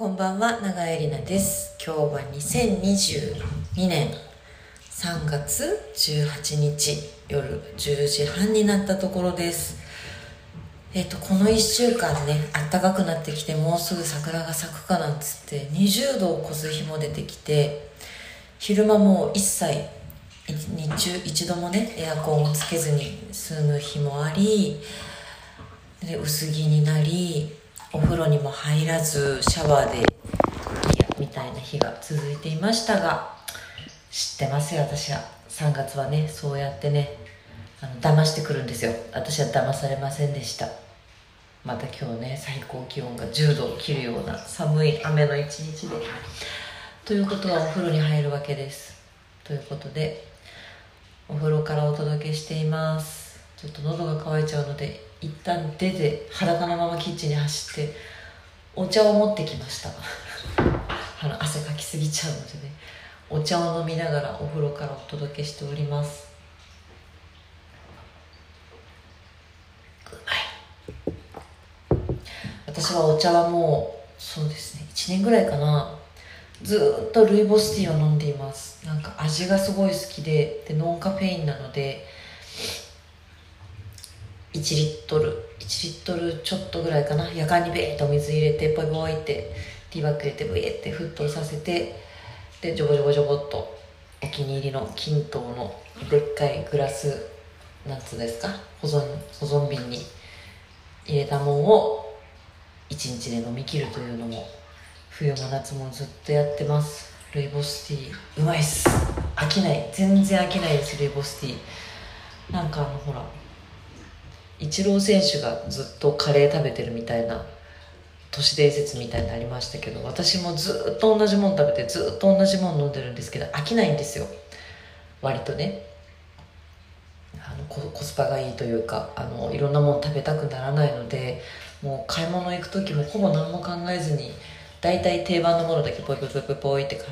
こんばんは、永江里奈です。今日は2022年3月18日夜10時半になったところです。この1週間ね、暖かくなってきて、もうすぐ桜が咲くかなんつって20度を超す日も出てきて、昼間も一切日中一度もねエアコンをつけずに済む日もあり、で薄着になり、お風呂にも入らずシャワーでみたいな日が続いていましたが、知ってますよ、私は3月はねそうやってね騙してくるんですよ。私は騙されませんでした。また今日ね最高気温が10度を切るような寒い雨の一日で、ということはお風呂に入るわけです。ということでお風呂からお届けしています。ちょっと喉が渇いちゃうので一旦出て裸のままキッチンに走ってお茶を持ってきました汗かきすぎちゃうのでね、お茶を飲みながらお風呂からお届けしております。うまい。私はお茶はもうそうですね1年ぐらいかな、ずっとルイボスティーを飲んでいます。なんか味がすごい好きで、ノンカフェインなので1リットルちょっとぐらいかな、やかんにベーッとお水入れてポイポイってティーバッグ入れてブイーって沸騰させて、でジョボジョボジョボっとお気に入りの金藤のでっかいグラスなんつうんですか、保存瓶に入れたもんを1日で飲み切るというのも冬も夏もずっとやってます。ルイボスティーうまいっす。飽きない、全然飽きないです。ルイボスティーなんかほらイチロー選手がずっとカレー食べてるみたいな都市伝説みたいになりましたけど、私もずっと同じもの食べてずっと同じもの飲んでるんですけど飽きないんですよ。割とねコスパがいいというかいろんなもの食べたくならないので、もう買い物行く時もほぼ何も考えずに大体定番のものだけポイポイポイポイポイって買って、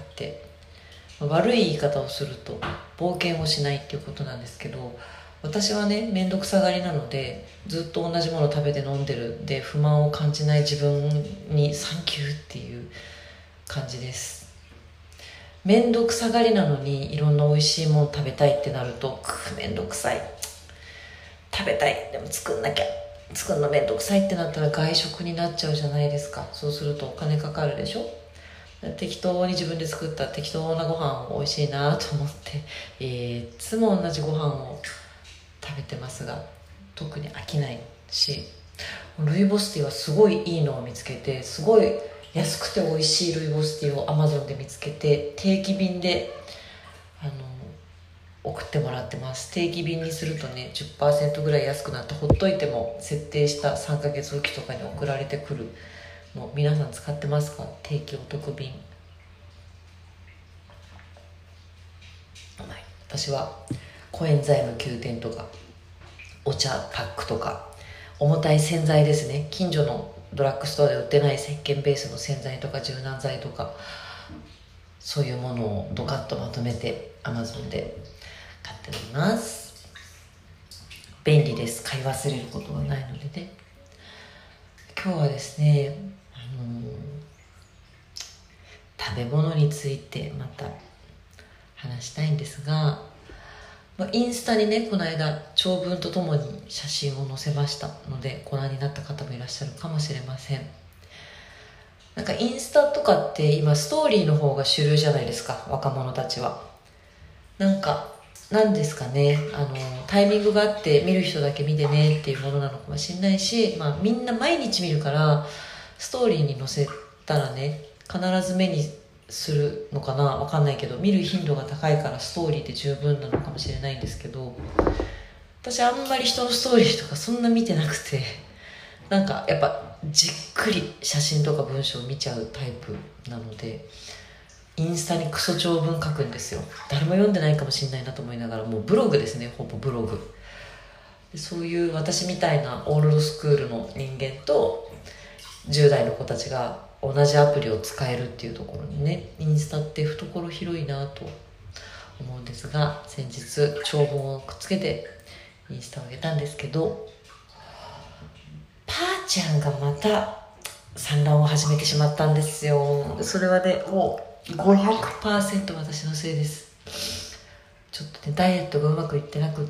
悪い言い方をすると冒険をしないっていうことなんですけど、私はね面倒くさがりなのでずっと同じもの食べて飲んでるで不満を感じない自分にサンキューっていう感じです。面倒くさがりなのにいろんな美味しいもの食べたいってなると面倒くさい、食べたいでも作んなきゃ、作るの面倒くさいってなったら外食になっちゃうじゃないですか。そうするとお金かかるでしょ。適当に自分で作った適当なご飯を美味しいなと思って、いつも同じご飯を食べてますが特に飽きないし、ルイボスティーはすごいいいのを見つけて、すごい安くて美味しいルイボスティーを Amazon で見つけて定期便で送ってもらってます。定期便にするとね 10% ぐらい安くなって、ほっといても設定した3ヶ月おきとかに送られてくるの皆さん使ってますか？定期お得便。私はコエンザイム9点とかお茶パックとか重たい洗剤ですね、近所のドラッグストアで売ってない石鹸ベースの洗剤とか柔軟剤とかそういうものをドカッとまとめて Amazon で買っております。便利です。買い忘れることがないのでね。今日はですね食べ物についてまた話したいんですが、インスタにねこの間長文とともに写真を載せましたのでご覧になった方もいらっしゃるかもしれません。なんかインスタとかって今ストーリーの方が主流じゃないですか、若者たちは。なんですかね、タイミングがあって見る人だけ見てねっていうものなのかもしれないし、みんな毎日見るからストーリーに載せたらね必ず目にするのかな、わかんないけど見る頻度が高いからストーリーで十分なのかもしれないんですけど、私あんまり人のストーリーとかそんな見てなくて、なんかやっぱじっくり写真とか文章を見ちゃうタイプなので、インスタにクソ長文書くんですよ。誰も読んでないかもしれないなと思いながら、もうブログですね、ほぼブログ。そういう私みたいなオールドスクールの人間と10代の子たちが同じアプリを使えるっていうところにね、インスタって懐広いなと思うんですが、先日長文をくっつけてインスタを上げたんですけど、パーちゃんがまた産卵を始めてしまったんですよ。それはね、もう 500% 私のせいです。ちょっとね、ダイエットがうまくいってなくって、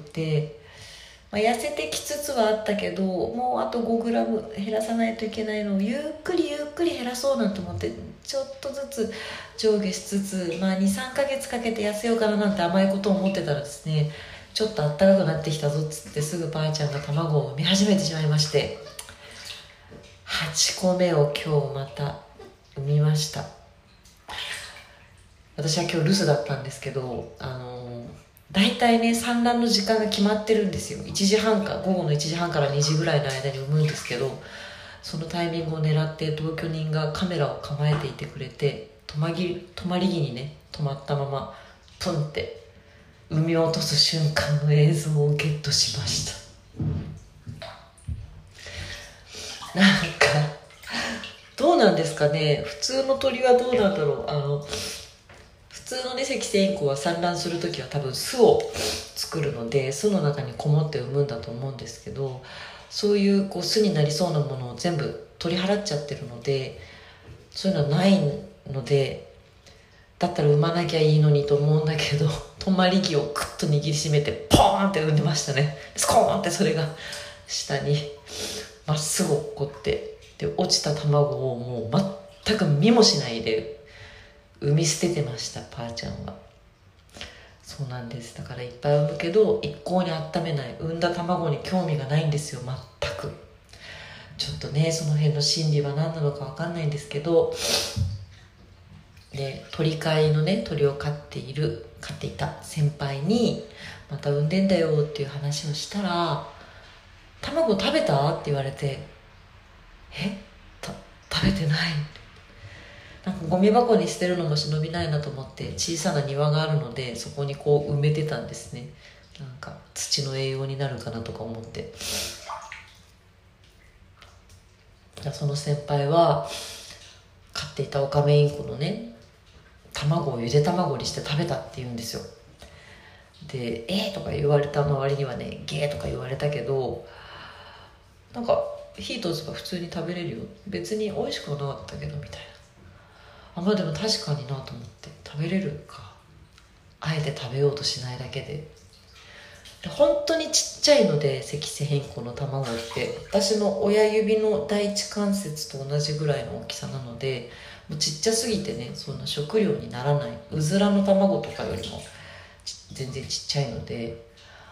痩せてきつつはあったけど、もうあと 5g 減らさないといけないのをゆっくりゆっくり減らそうなんて思って、ちょっとずつ上下しつつ、23ヶ月かけて痩せようかななんて甘いことを思ってたらですね、ちょっとあったかくなってきたぞっつって、すぐばあちゃんが卵を産み始めてしまいまして、8個目を今日また産みました。私は今日留守だったんですけど、大体ね、産卵の時間が決まってるんですよ。午後の1時半から2時ぐらいの間に産むんですけど、そのタイミングを狙って同居人がカメラを構えていてくれて、止まり木にね、止まったままプンって産み落とす瞬間の映像をゲットしました。なんかどうなんですかね、普通の鳥はどうなんだろう。普通のね、セキセイインコは産卵するときは多分巣を作るので、巣の中にこもって産むんだと思うんですけど、そういう巣になりそうなものを全部取り払っちゃってるので、そういうのはないので、だったら産まなきゃいいのにと思うんだけど、止まり木をクッと握りしめてポーンって産んでましたね。スコーンってそれが下にまっすぐ落っこって、で落ちた卵をもう全く見もしないで産み捨ててました、ばあちゃんは。そうなんです。だからいっぱい産むけど一向に温めない、産んだ卵に興味がないんですよ、全く。ちょっとね、その辺の心理は何なのか分かんないんですけど、で鳥飼いのね、鳥を飼っていた先輩にまた産んでんだよっていう話をしたら、卵食べたって言われて、食べてない。なんかゴミ箱に捨てるのも忍びないなと思って、小さな庭があるのでそこに埋めてたんですね。なんか土の栄養になるかなとか思って。その先輩は飼っていたオカメインコのね、卵をゆで卵にして食べたって言うんですよ。でとか言われたの割にはね、ゲーとか言われたけど、なんか火通せば普通に食べれるよ、別に美味しくはなかったけどみたいな。でも確かになと思って、食べれるか、あえて食べようとしないだけで。本当にちっちゃいので、セキセイインコの卵って私の親指の第一関節と同じぐらいの大きさなので、もうちっちゃすぎてね、そんな食料にならない。うずらの卵とかよりも全然ちっちゃいので、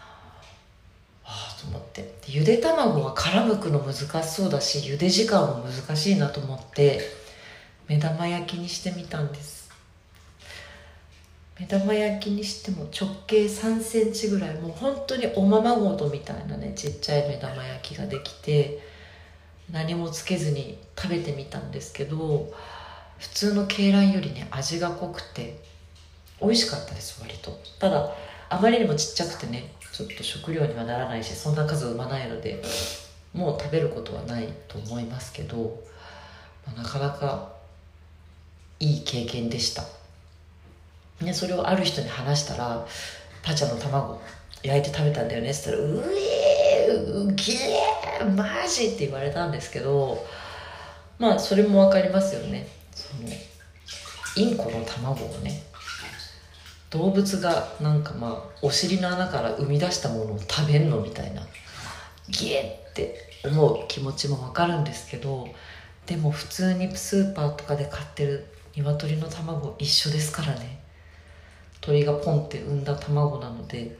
と思って。ゆで卵は殻むくの難しそうだし、ゆで時間も難しいなと思って目玉焼きにしてみたんです。目玉焼きにしても直径3センチぐらい、もう本当におままごとみたいなね、ちっちゃい目玉焼きができて、何もつけずに食べてみたんですけど、普通の鶏卵よりね、味が濃くて美味しかったです、割と。ただあまりにもちっちゃくてね、ちょっと食料にはならないし、そんな数産まないのでもう食べることはないと思いますけど、なかなかいい経験でしたね。それをある人に話したら、パチャの卵焼いて食べたんだよねって言ったら、うげえマジって言われたんですけど、それも分かりますよね。そのインコの卵をね、動物がなんかお尻の穴から生み出したものを食べんのみたいな、ギエって思う気持ちも分かるんですけど、でも普通にスーパーとかで買ってる鶏の卵一緒ですからね。鳥がポンって産んだ卵なので、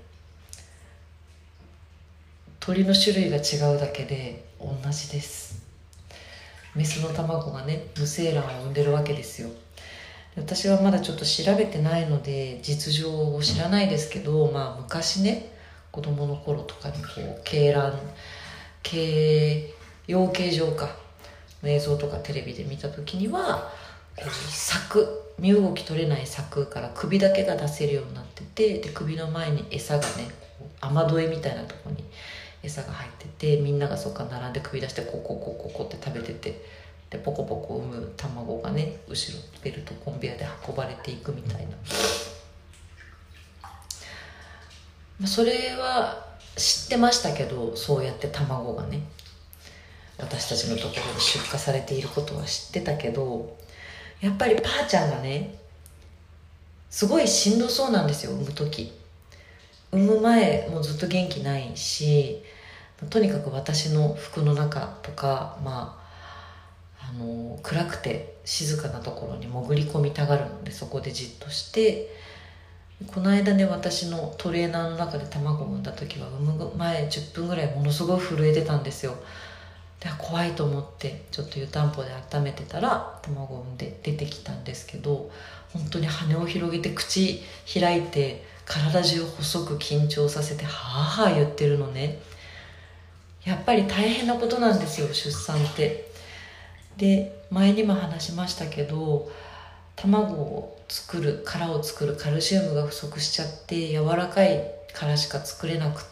鳥の種類が違うだけで同じです。メスの卵がね、無精卵を産んでるわけですよ。私はまだちょっと調べてないので実情を知らないですけど、昔ね、子供の頃とかに養鶏場の映像とかテレビで見た時には、身動き取れない柵から首だけが出せるようになってて、で首の前に餌がね、雨どいみたいなところに餌が入ってて、みんながそこから並んで首出してコって食べてて、でポコポコ産む卵がね、後ろベルトコンベヤで運ばれていくみたいな、それは知ってましたけど、そうやって卵がね、 私たちのところで出荷されていることは知ってたけど、やっぱりパーちゃんがねすごいしんどそうなんですよ、産む時。産む前もずっと元気ないし、とにかく私の服の中とか、暗くて静かなところに潜り込みたがるので、そこでじっとして、この間ね、私のトレーナーの中で卵を産んだ時は産む前10分ぐらいものすごい震えてたんですよ。で、怖いと思ってちょっと湯たんぽで温めてたら卵を産んで出てきたんですけど、本当に羽を広げて口開いて体中細く緊張させてはぁはぁ言ってるのね。やっぱり大変なことなんですよ、出産って。で、前にも話しましたけど、卵を作る殻を作るカルシウムが不足しちゃって、柔らかい殻しか作れなくって、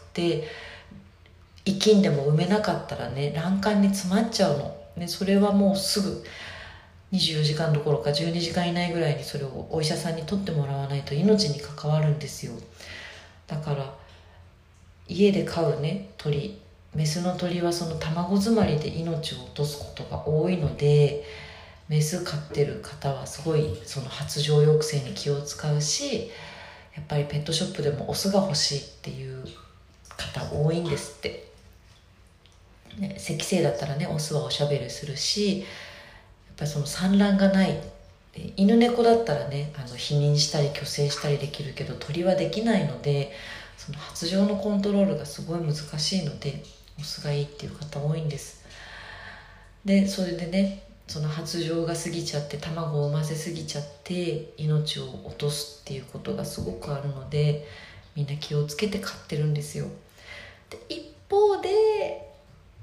生きんでも産めなかったらね、卵管に詰まっちゃうの、ね、それはもうすぐ24時間どころか12時間以内ぐらいにそれをお医者さんに取ってもらわないと命に関わるんですよ。だから家で飼うね鳥、メスの鳥はその卵詰まりで命を落とすことが多いので、メス飼ってる方はすごいその発情抑制に気を使うし、やっぱりペットショップでもオスが欲しいっていう方多いんですって、ね、赤性だったらねオスはおしゃべりするし、やっぱりその産卵がない、犬猫だったらね避妊したり去勢したりできるけど、鳥はできないので、その発情のコントロールがすごい難しいので、オスがいいっていう方多いんです。で、それでね、その発情が過ぎちゃって卵を産ませすぎちゃって命を落とすっていうことがすごくあるので、みんな気をつけて飼ってるんですよ。で、一方で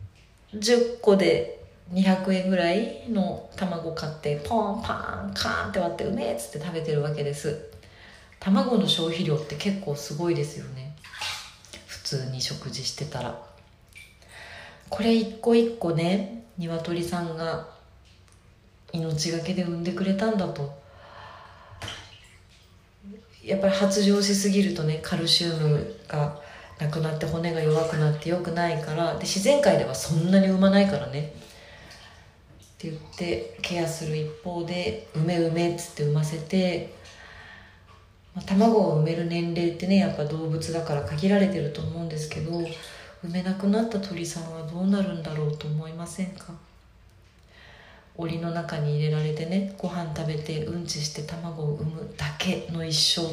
10個で200円ぐらいの卵買ってポンパンカーンって割ってうめえっつって食べてるわけです。卵の消費量って結構すごいですよね、普通に食事してたら。これ一個一個ね、鶏さんが命がけで産んでくれたんだと。やっぱり発情しすぎるとね、カルシウムがなくなって骨が弱くなって良くないから、で自然界ではそんなに産まないからねって言ってケアする一方で、産め産めっつって産ませて、卵を産める年齢ってね、やっぱ動物だから限られてると思うんですけど、産めなくなった鳥さんはどうなるんだろうと思いませんか？檻の中に入れられてね、ご飯食べてうんちして卵を産むだけの一生って、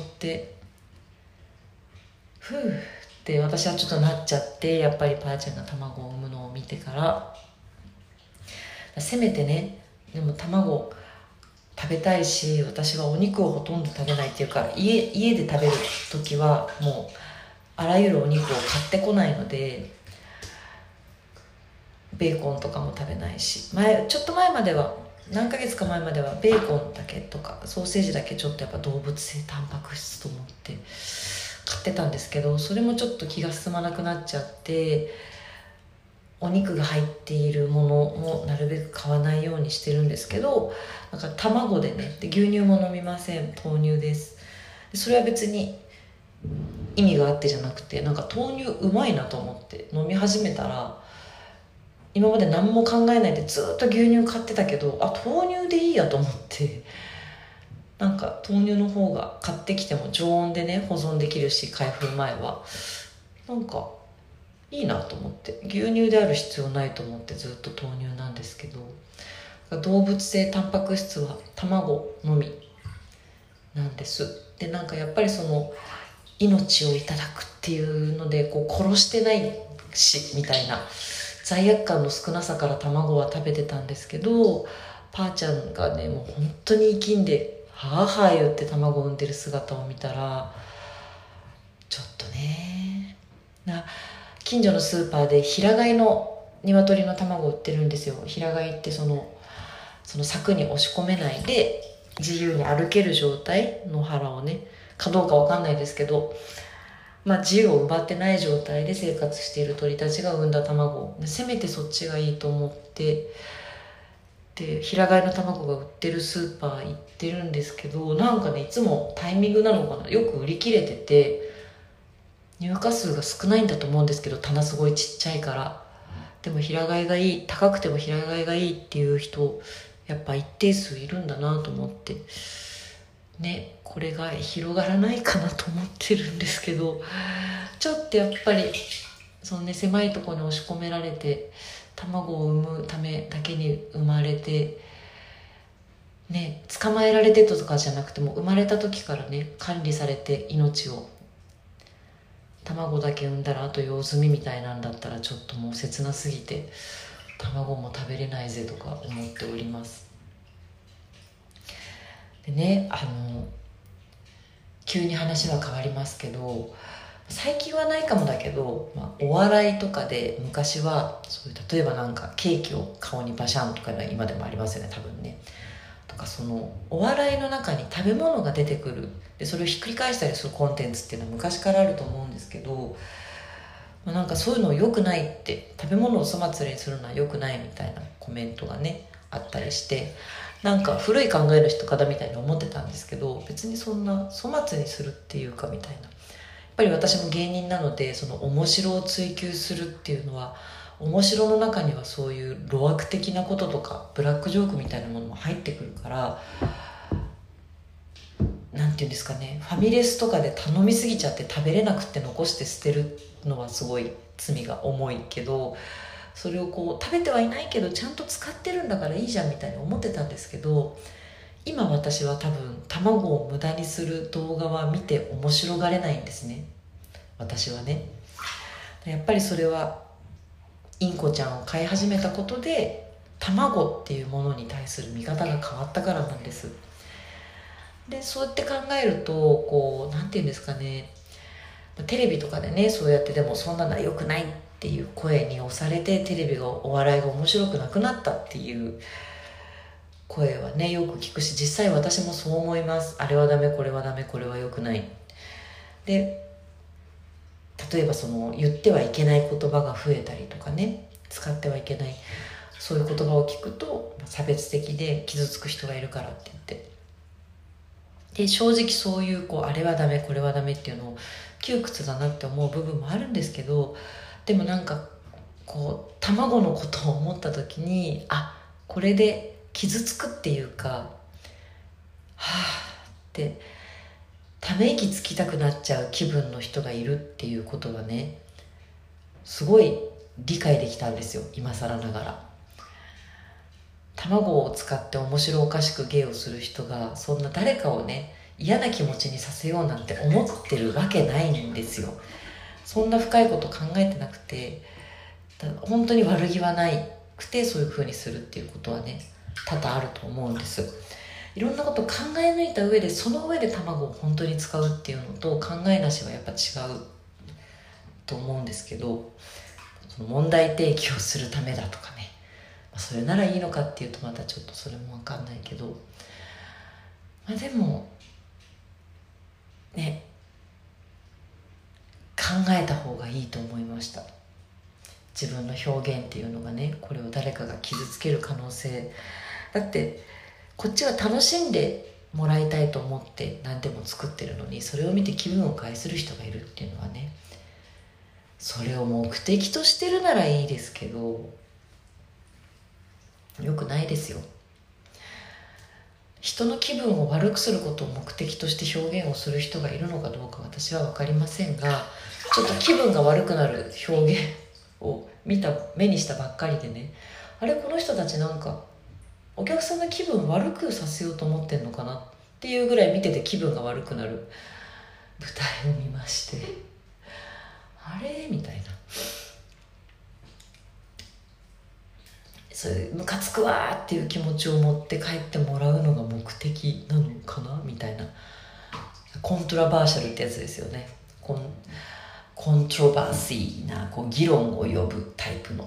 ふうって私はちょっとなっちゃって、やっぱりばあちゃんが卵を産むのを見てから、せめてね、でも卵食べたいし、私はお肉をほとんど食べないっていうか、家で食べる時はもうあらゆるお肉を買ってこないので、ベーコンとかも食べないし、ちょっと前までは、何ヶ月か前まではベーコンだけとかソーセージだけちょっとやっぱ動物性タンパク質と思って買ってたんですけど、それもちょっと気が進まなくなっちゃって、お肉が入っているものもなるべく買わないようにしてるんですけど、なんか卵でね、で牛乳も飲みません、豆乳です。でそれは別に意味があってじゃなくて、なんか豆乳うまいなと思って飲み始めたら、今まで何も考えないでずっと牛乳買ってたけど、豆乳でいいやと思って、なんか豆乳の方が買ってきても常温でね保存できるし、開封前はなんかいいなと思って、牛乳である必要ないと思ってずっと豆乳なんですけど、動物性タンパク質は卵のみなんです。で、なんかやっぱりその命をいただくっていうので、こう殺してないしみたいな罪悪感の少なさから卵は食べてたんですけど、パーちゃんがねもう本当に生きんではあはあ言って卵を産んでる姿を見たら、ちょっとね、近所のスーパーで平飼いの鶏の卵を売ってるんですよ。平飼いってその柵に押し込めないで自由に歩ける状態、野原をねかどうかわかんないですけど、自由を奪ってない状態で生活している鳥たちが産んだ卵、せめてそっちがいいと思って、で平飼いの卵が売ってるスーパー行ってるんですけど、なんかねいつもタイミングなのかな、よく売り切れてて、入荷数が少ないんだと思うんですけど、棚すごいちっちゃいから。 でも平飼いがいい、高くても平飼いがいいっていう人やっぱ一定数いるんだなと思ってね、これが広がらないかなと思ってるんですけど、ちょっとやっぱりそのね、狭いところに押し込められて卵を産むためだけに生まれてね、捕まえられてとかじゃなくても生まれた時からね管理されて命を、卵だけ産んだらあと用済みみたいなんだったらちょっともう切なすぎて卵も食べれないぜとか思っております。でね、急に話は変わりますけど、最近はないかもだけど、お笑いとかで昔はそういう、例えばなんかケーキを顔にバシャンとか今でもありますよね多分ね。とかそのお笑いの中に食べ物が出てくる、でそれをひっくり返したりするコンテンツっていうのは昔からあると思うんですけど、なんかそういうの良くないって、食べ物を粗末にするのは良くないみたいなコメントがねあったりして、なんか古い考えの人方みたいに思ってたんですけど、別にそんな粗末にするっていうかみたいな、やっぱり私も芸人なのでその面白を追求するっていうのは、面白の中にはそういう路悪的なこととかブラックジョークみたいなものも入ってくるから、なんていうんですかね、ファミレスとかで頼みすぎちゃって食べれなくて残して捨てるのはすごい罪が重いけど、それをこう食べてはいないけどちゃんと使ってるんだからいいじゃんみたいに思ってたんですけど、今私は多分卵を無駄にする動画は見て面白がれないんですね、私はね。やっぱりそれはインコちゃんを飼い始めたことで卵っていうものに対する見方が変わったからなんです。でそうやって考えると、こうなんていうんですかね、テレビとかでねそうやってでもそんなのは良くないっていう声に押されて、テレビがお笑いが面白くなくなったっていう声はねよく聞くし、実際私もそう思います。あれはダメ、これはダメ、これは良くない。で例えばその言ってはいけない言葉が増えたりとかね、使ってはいけないそういう言葉を聞くと差別的で傷つく人がいるからって言って、で正直そういうあれはダメこれはダメっていうのを窮屈だなって思う部分もあるんですけど、でもなんか卵のことを思った時に、これで傷つくっていうか、はぁってため息つきたくなっちゃう気分の人がいるっていうことはね、すごい理解できたんですよ、今更ながら。卵を使って面白おかしく芸をする人がそんな誰かをね嫌な気持ちにさせようなんて思ってるわけないんですよ。そんな深いこと考えてなくて、本当に悪気はないくてそういう風にするっていうことはね多々あると思うんです。いろんなことを考え抜いた上で、その上で卵を本当に使うっていうのと考えなしはやっぱ違うと思うんですけど、その問題提起をするためだとかね、それならいいのかっていうとまたちょっとそれも分かんないけど、でもね考えた方がいいと思いました。自分の表現っていうのがね、これを誰かが傷つける可能性だって、こっちは楽しんでもらいたいと思って何でも作ってるのに、それを見て気分を害する人がいるっていうのはね、それを目的としてるならいいですけどよくないですよ。人の気分を悪くすることを目的として表現をする人がいるのかどうか私は分かりませんが、ちょっと気分が悪くなる表現を目にしたばっかりでね、あれこの人たちなんかお客さんの気分悪くさせようと思ってんのかなっていうぐらい見てて気分が悪くなる舞台を見まして、あれみたいな、それムカつくわーっていう気持ちを持って帰ってもらうのが目的なのかなみたいな、コントラバーシャルってやつですよね。コントロバーシーな議論を呼ぶタイプの、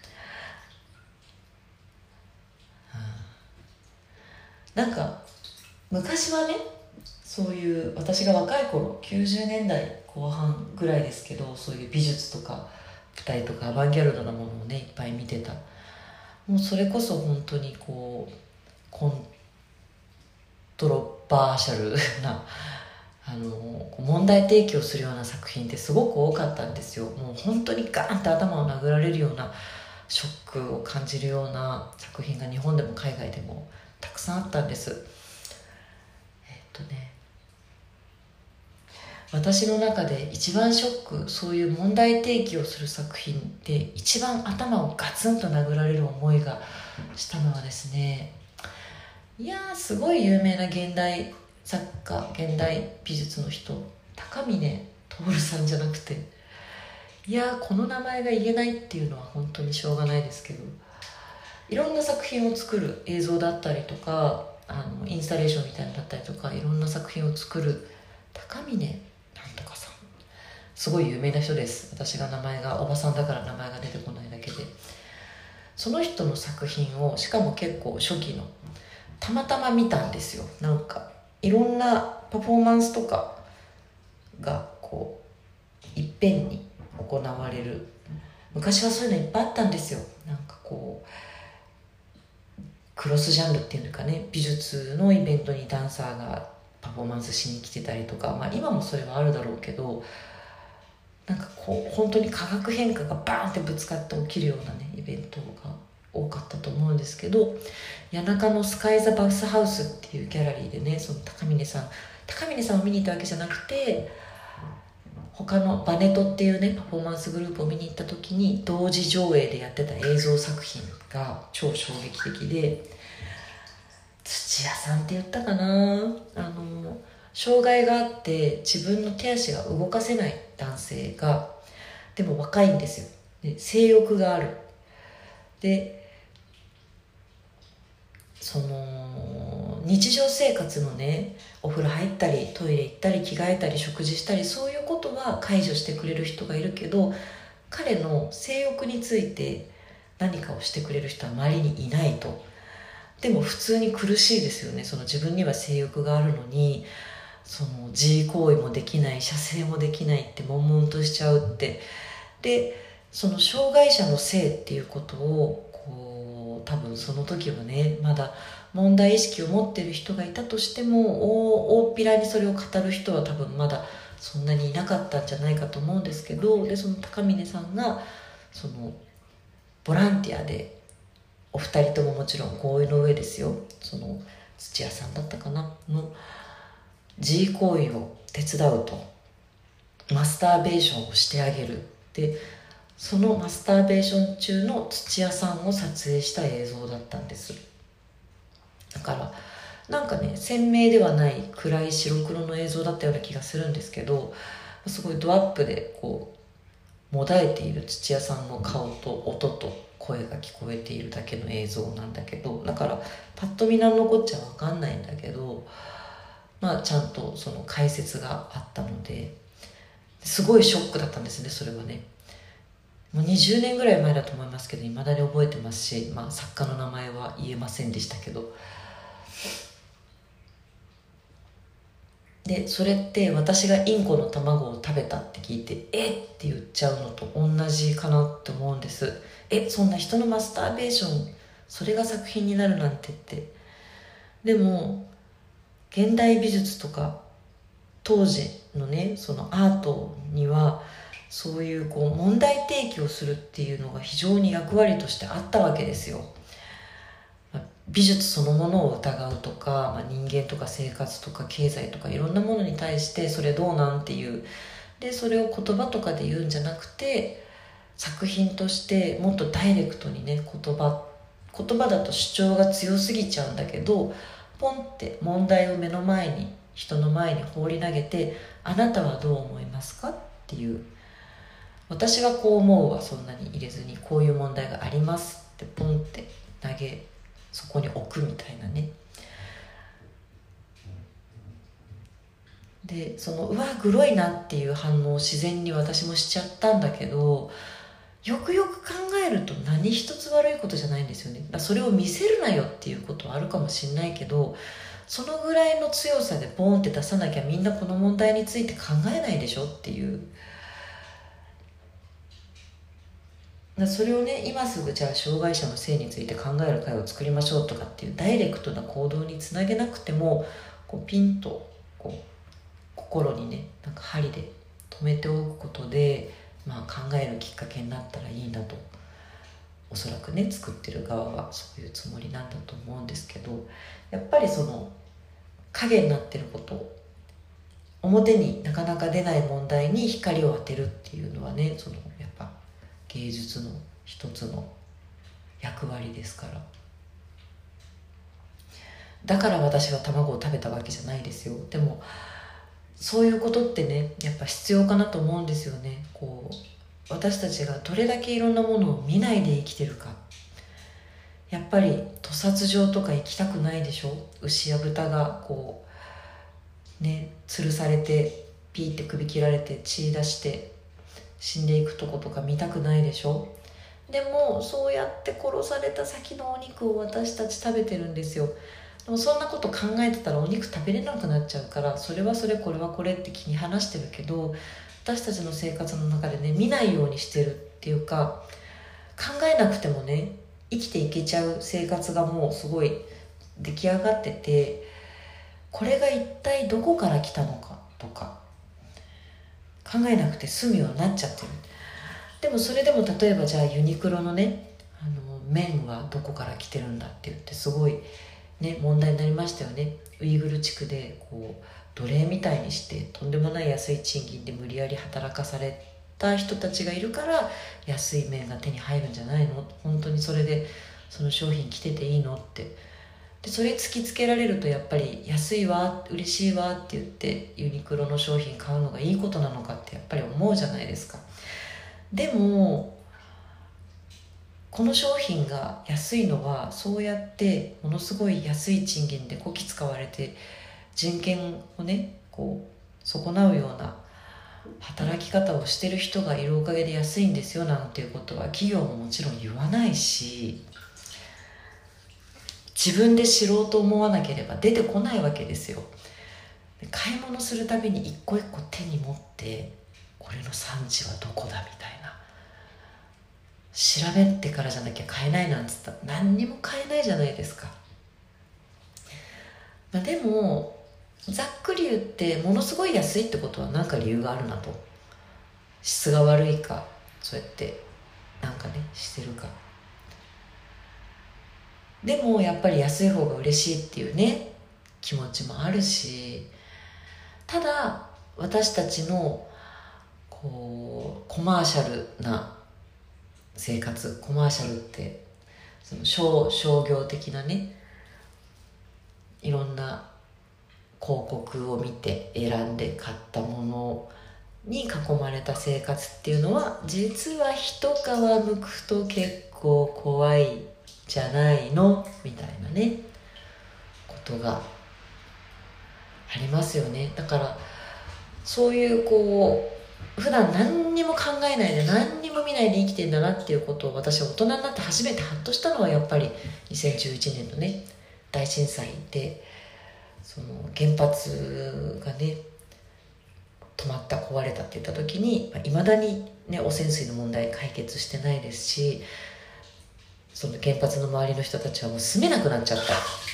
なんか昔はね、そういう私が若い頃90年代後半ぐらいですけど、そういう美術とか舞台とかアバンギャルドなものをねいっぱい見てた。もうそれこそ本当にコントロバーシャルな問題提起をするような作品ってすごく多かったんですよ。もう本当にガーンって頭を殴られるようなショックを感じるような作品が日本でも海外でもたくさんあったんです。私の中で一番ショック、そういう問題提起をする作品で一番頭をガツンと殴られる思いがしたのはですね、いやー、すごい有名な現代作家、現代美術の人、高峰徹さんじゃなくて、いやー、この名前が言えないっていうのは本当にしょうがないですけど、いろんな作品を作る、映像だったりとかインスタレーションみたいなのだったりとか、いろんな作品を作る高峰なんとかさん、すごい有名な人です。私が名前がおばさんだから名前が出てこないだけで、その人の作品を、しかも結構初期の、たまたま見たんですよ。なんかいろんなパフォーマンスとかがこういっぺんに行われる、昔はそういうのいっぱいあったんですよ。なんかこうクロスジャンルっていうのかね、美術のイベントにダンサーがパフォーマンスしに来てたりとか、まあ今もそれはあるだろうけど、なんかこう本当に化学変化がバーンってぶつかって起きるようなねイベントが多かったと思うんですけど、谷中のスカイ・ザ・バスハウスっていうギャラリーでね、その高峰さんを見に行ったわけじゃなくて、他のバネトっていうねパフォーマンスグループを見に行った時に同時上映でやってた映像作品が超衝撃的で、土屋さんって言ったかな、障害があって自分の手足が動かせない男性が、でも若いんですよ。で性欲がある。でその日常生活のね、お風呂入ったりトイレ行ったり着替えたり食事したり、そういうことは介助してくれる人がいるけど、彼の性欲について何かをしてくれる人は周りにいないと。でも普通に苦しいですよね。その自分には性欲があるのに、その自慰行為もできない、射精もできないって悶々としちゃうって。でその障害者の性っていうことをこう、多分その時はねまだ問題意識を持ってる人がいたとしても、大っぴらにそれを語る人は多分まだそんなにいなかったんじゃないかと思うんですけど、でその高峰さんがそのボランティアで、お二人とももちろん合意の上ですよ、その土屋さんだったかなの自慰行為を手伝うと、マスターベーションをしてあげる。でそのマスターベーション中の土屋さんを撮影した映像だったんです。だからなんかね、鮮明ではない暗い白黒の映像だったような気がするんですけど、すごいドアップでこうもだえている土屋さんの顔と音と声が聞こえているだけの映像なんだけど、だからパッと見何のこっちゃ分かんないんだけど、まあちゃんとその解説があったので、すごいショックだったんですね。それはね、もう20年ぐらい前だと思いますけど、未だに覚えてますし、まあ作家の名前は言えませんでしたけど、でそれって私がインコの卵を食べたって聞いてえって言っちゃうのと同じかなって思うんです。そんな人のマスターベーション、それが作品になるなんてって。でも現代美術とか当時のねそのアートには、そういうこう問題提起をするっていうのが非常に役割としてあったわけですよ。美術そのものを疑うとか、人間とか生活とか経済とかいろんなものに対してそれどうなんていう、でそれを言葉とかで言うんじゃなくて、作品としてもっとダイレクトにね、言葉だと主張が強すぎちゃうんだけど、ポンって問題を目の前に、人の前に放り投げて、あなたはどう思いますかっていう、私はこう思うはそんなに入れずに、こういう問題がありますってポンって投げ、そこに置くみたいなね。でそのうわグロいなっていう反応を自然に私もしちゃったんだけど、よくよく考えると何一つ悪いことじゃないんですよね。それを見せるなよっていうことはあるかもしれないけど、そのぐらいの強さでボーンって出さなきゃみんなこの問題について考えないでしょっていう。それをね、今すぐじゃあ障害者の性について考える会を作りましょうとかっていうダイレクトな行動につなげなくても、こうピンとこう心にね、なんか針で留めておくことで、考えるきっかけになったらいいなとおそらくね作ってる側はそういうつもりなんだと思うんですけど、やっぱりその影になってること、表になかなか出ない問題に光を当てるっていうのはね、そのやっぱ芸術の一つの役割ですから。だから私は卵を食べたわけじゃないですよ。でもそういうことってねやっぱ必要かなと思うんですよね。こう私たちがどれだけいろんなものを見ないで生きてるか。やっぱり屠殺場とか行きたくないでしょ。牛や豚がこうね吊るされてピーって首切られて血出して死んでいくとことか見たくないでしょ。でもそうやって殺された先のお肉を私たち食べてるんですよ。でもそんなこと考えてたらお肉食べれなくなっちゃうから、それはそれこれはこれって気に話してるけど、私たちの生活の中でね見ないようにしてるっていうか、考えなくてもね生きていけちゃう生活がもうすごい出来上がってて、これが一体どこから来たのかとか考えなくて済むようになっちゃってる。でもそれでも例えばじゃあユニクロのね麺はどこから来てるんだって言ってすごいね問題になりましたよね。ウイグル地区でこう奴隷みたいにしてとんでもない安い賃金で無理やり働かされた人たちがいるから安い麺が手に入るんじゃないの、本当にそれでその商品着てていいのって。でそれ突きつけられるとやっぱり安いわ嬉しいわって言ってユニクロの商品買うのがいいことなのかってやっぱり思うじゃないですか。でもこの商品が安いのはそうやってものすごい安い賃金でこき使われて人権をねこう損なうような働き方をしてる人がいるおかげで安いんですよなんていうことは企業ももちろん言わないし、自分で知ろうと思わなければ出てこないわけですよ。買い物するたびに一個一個手に持ってこれの産地はどこだみたいな、調べてからじゃなきゃ買えないなんつったら何にも買えないじゃないですか。でもざっくり言ってものすごい安いってことは何か理由があるなと。質が悪いかそうやってなんかねしてるか。でもやっぱり安い方が嬉しいっていうね気持ちもあるし、ただ私たちのこうコマーシャルな生活、コマーシャルってその商業的なねいろんな広告を見て選んで買ったものに囲まれた生活っていうのは実は一皮むくと結構怖いじゃないのみたいなねことがありますよね。だからそういうこう普段何にも考えないで何にも見ないで生きてんだなっていうことを私は大人になって初めてハッとしたのはやっぱり2011年のね大震災で、その原発がね止まった壊れたって言った時にいまだにね汚染水の問題解決してないですし、その原発の周りの人たちはもう住めなくなっちゃった、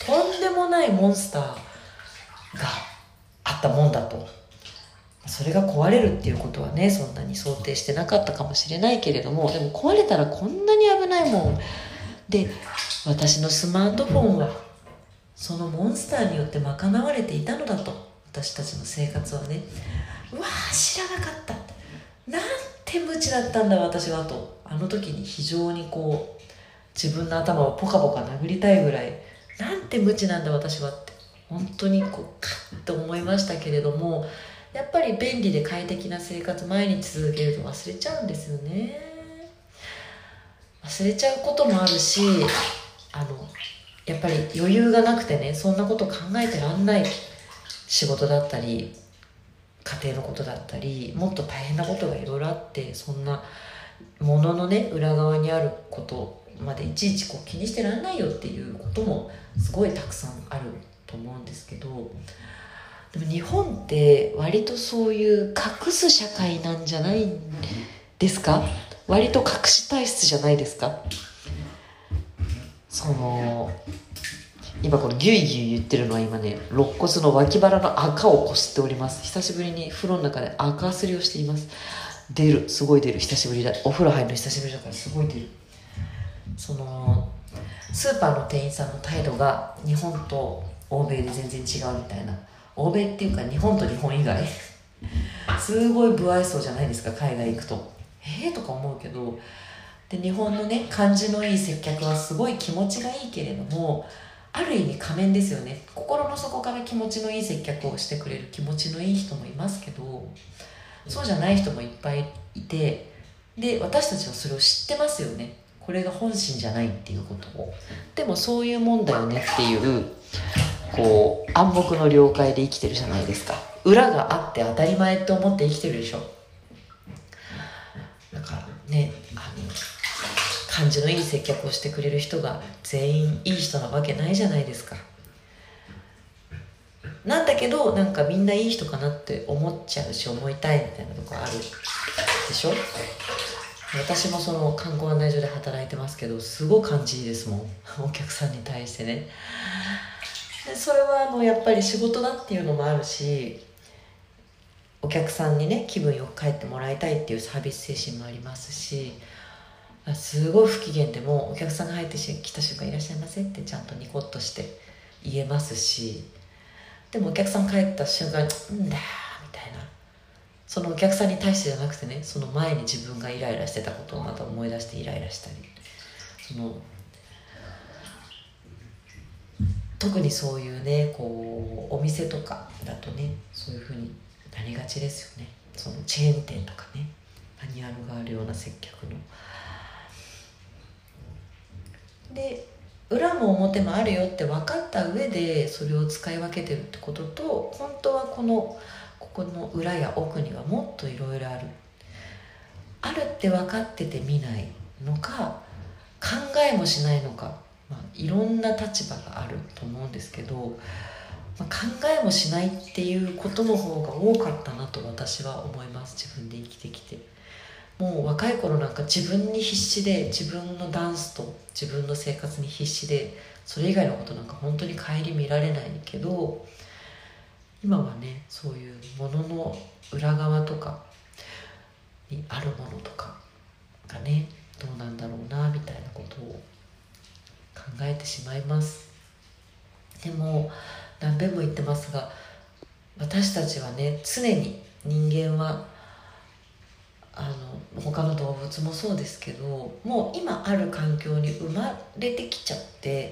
とんでもないモンスターがあったもんだと。それが壊れるっていうことはねそんなに想定してなかったかもしれないけれども、でも壊れたらこんなに危ないもんで、私のスマートフォンはそのモンスターによって賄われていたのだと。私たちの生活はね、うわー知らなかった、なんて無知だったんだ私はと、あの時に非常にこう自分の頭をポカポカ殴りたいぐらい、なんて無知なんだ私はって本当にこうカッと思いましたけれども、やっぱり便利で快適な生活毎日続けると忘れちゃうんですよね。忘れちゃうこともあるし、やっぱり余裕がなくてねそんなこと考えてらんない仕事だったり家庭のことだったりもっと大変なことがいろいろあって、そんなもののね裏側にあることまでいちいちこう気にしてらんないよっていうこともすごいたくさんあると思うんですけど、でも日本って割とそういう隠す社会なんじゃないですか。割と隠し体質じゃないですか。今このギュイギュイ言ってるのは今ね肋骨の脇腹の赤をこすっております。久しぶりに風呂の中で赤すりをしています。すごい出る、久しぶりだ、お風呂入るの久しぶりだからすごい出る。 そのスーパーの店員さんの態度が日本と欧米で全然違うみたいな、欧米っていうか日本と日本以外すごい不愛想じゃないですか、海外行くと。とか思うけど、で日本のね感じのいい接客はすごい気持ちがいいけれども、ある意味仮面ですよね。心の底から気持ちのいい接客をしてくれる気持ちのいい人もいますけど、そうじゃない人もいっぱいいて、で私たちはそれを知ってますよね。これが本心じゃないっていうことを。でもそういうもんだよねっていうこう暗黙の了解で生きてるじゃないですか。裏があって当たり前って思って生きてるでしょ。だからね、感じのいい接客をしてくれる人が全員いい人なわけないじゃないですか。なんだけどなんかみんないい人かなって思っちゃうし、思いたいみたいなとこあるでしょ。私もその観光案内所で働いてますけど、すごい感じいいですもんお客さんに対してね。でそれはやっぱり仕事だっていうのもあるし、お客さんにね気分よく帰ってもらいたいっていうサービス精神もありますし、すごい不機嫌でもお客さんが入ってきた瞬間いらっしゃいませってちゃんとニコッとして言えますし、でもお客さん帰った瞬間にうんだみたいな、そのお客さんに対してじゃなくてね、その前に自分がイライラしてたことをまた思い出してイライラしたり、特にそういうねこうお店とかだとねそういう風になりがちですよね。そのチェーン店とかね、マニュアルがあるような接客ので、裏も表もあるよって分かった上でそれを使い分けてるってことと、本当はここの裏や奥にはもっといろいろあるって分かってて見ないのか、考えもしないのか、いろんな立場があると思うんですけど、考えもしないっていうことの方が多かったなと私は思います。自分で生きてきて、もう若い頃なんか自分に必死で、自分のダンスと自分の生活に必死で、それ以外のことなんか本当に顧みられないけど、今はねそういうものの裏側とかにあるものとかがねどうなんだろうなみたいなことを考えてしまいます。でも何べんも言ってますが、私たちはね常に人間は他の動物もそうですけど、もう今ある環境に生まれてきちゃって、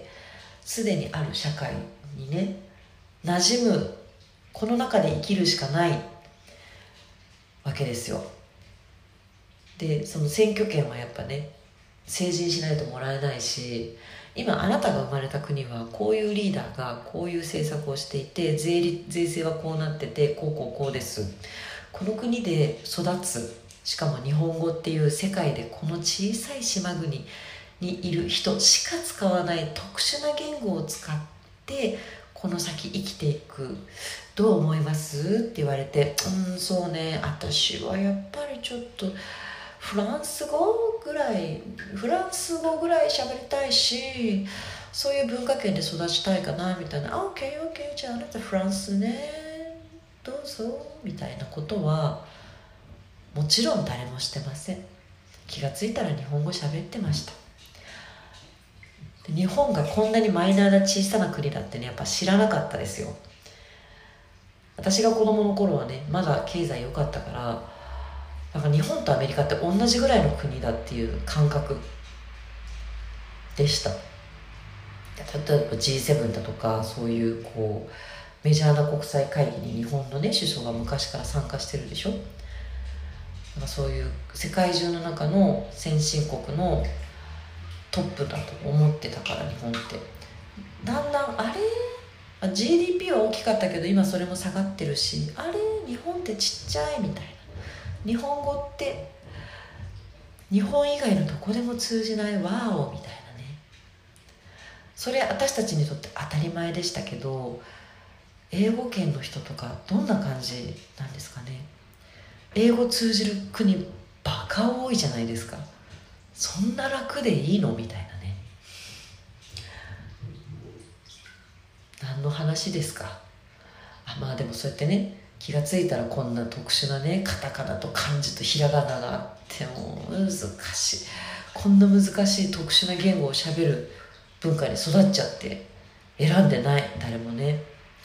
すでにある社会にね馴染む、この中で生きるしかないわけですよ。でその選挙権はやっぱね成人しないともらえないし、今あなたが生まれた国はこういうリーダーがこういう政策をしていて、税制はこうなっててこうです。この国で育つ、しかも日本語っていう世界でこの小さい島国にいる人しか使わない特殊な言語を使ってこの先生きていく、どう思いますって言われて、そうね、私はやっぱりちょっとフランス語ぐらい喋りたいし、そういう文化圏で育ちたいかなみたいな、オッケーじゃああなたフランスねどうぞみたいなことはもちろん誰もしてません。気がついたら日本語喋ってました。で日本がこんなにマイナーな小さな国だってねやっぱ知らなかったですよ。私が子供の頃はねまだ経済良かったから、なんか日本とアメリカって同じぐらいの国だっていう感覚でした。例えば G7 だとかそういうメジャーな国際会議に日本のね首相が昔から参加してるでしょ。なんかそういう世界中の中の先進国のトップだと思ってたから、日本ってだんだんGDP は大きかったけど今それも下がってるし、日本ってちっちゃいみたいな、日本語って日本以外のどこでも通じないワーオみたいなね、それ私たちにとって当たり前でしたけど、英語圏の人とかどんな感じなんですかね。英語通じる国バカ多いじゃないですか。そんな楽でいいのみたいなね。何の話ですか。でもそうやってね気がついたらこんな特殊なねカタカナと漢字とひらがながあっても難しい。 こんな難しい特殊な言語をしゃべる文化に育っちゃって選んでない、誰もね。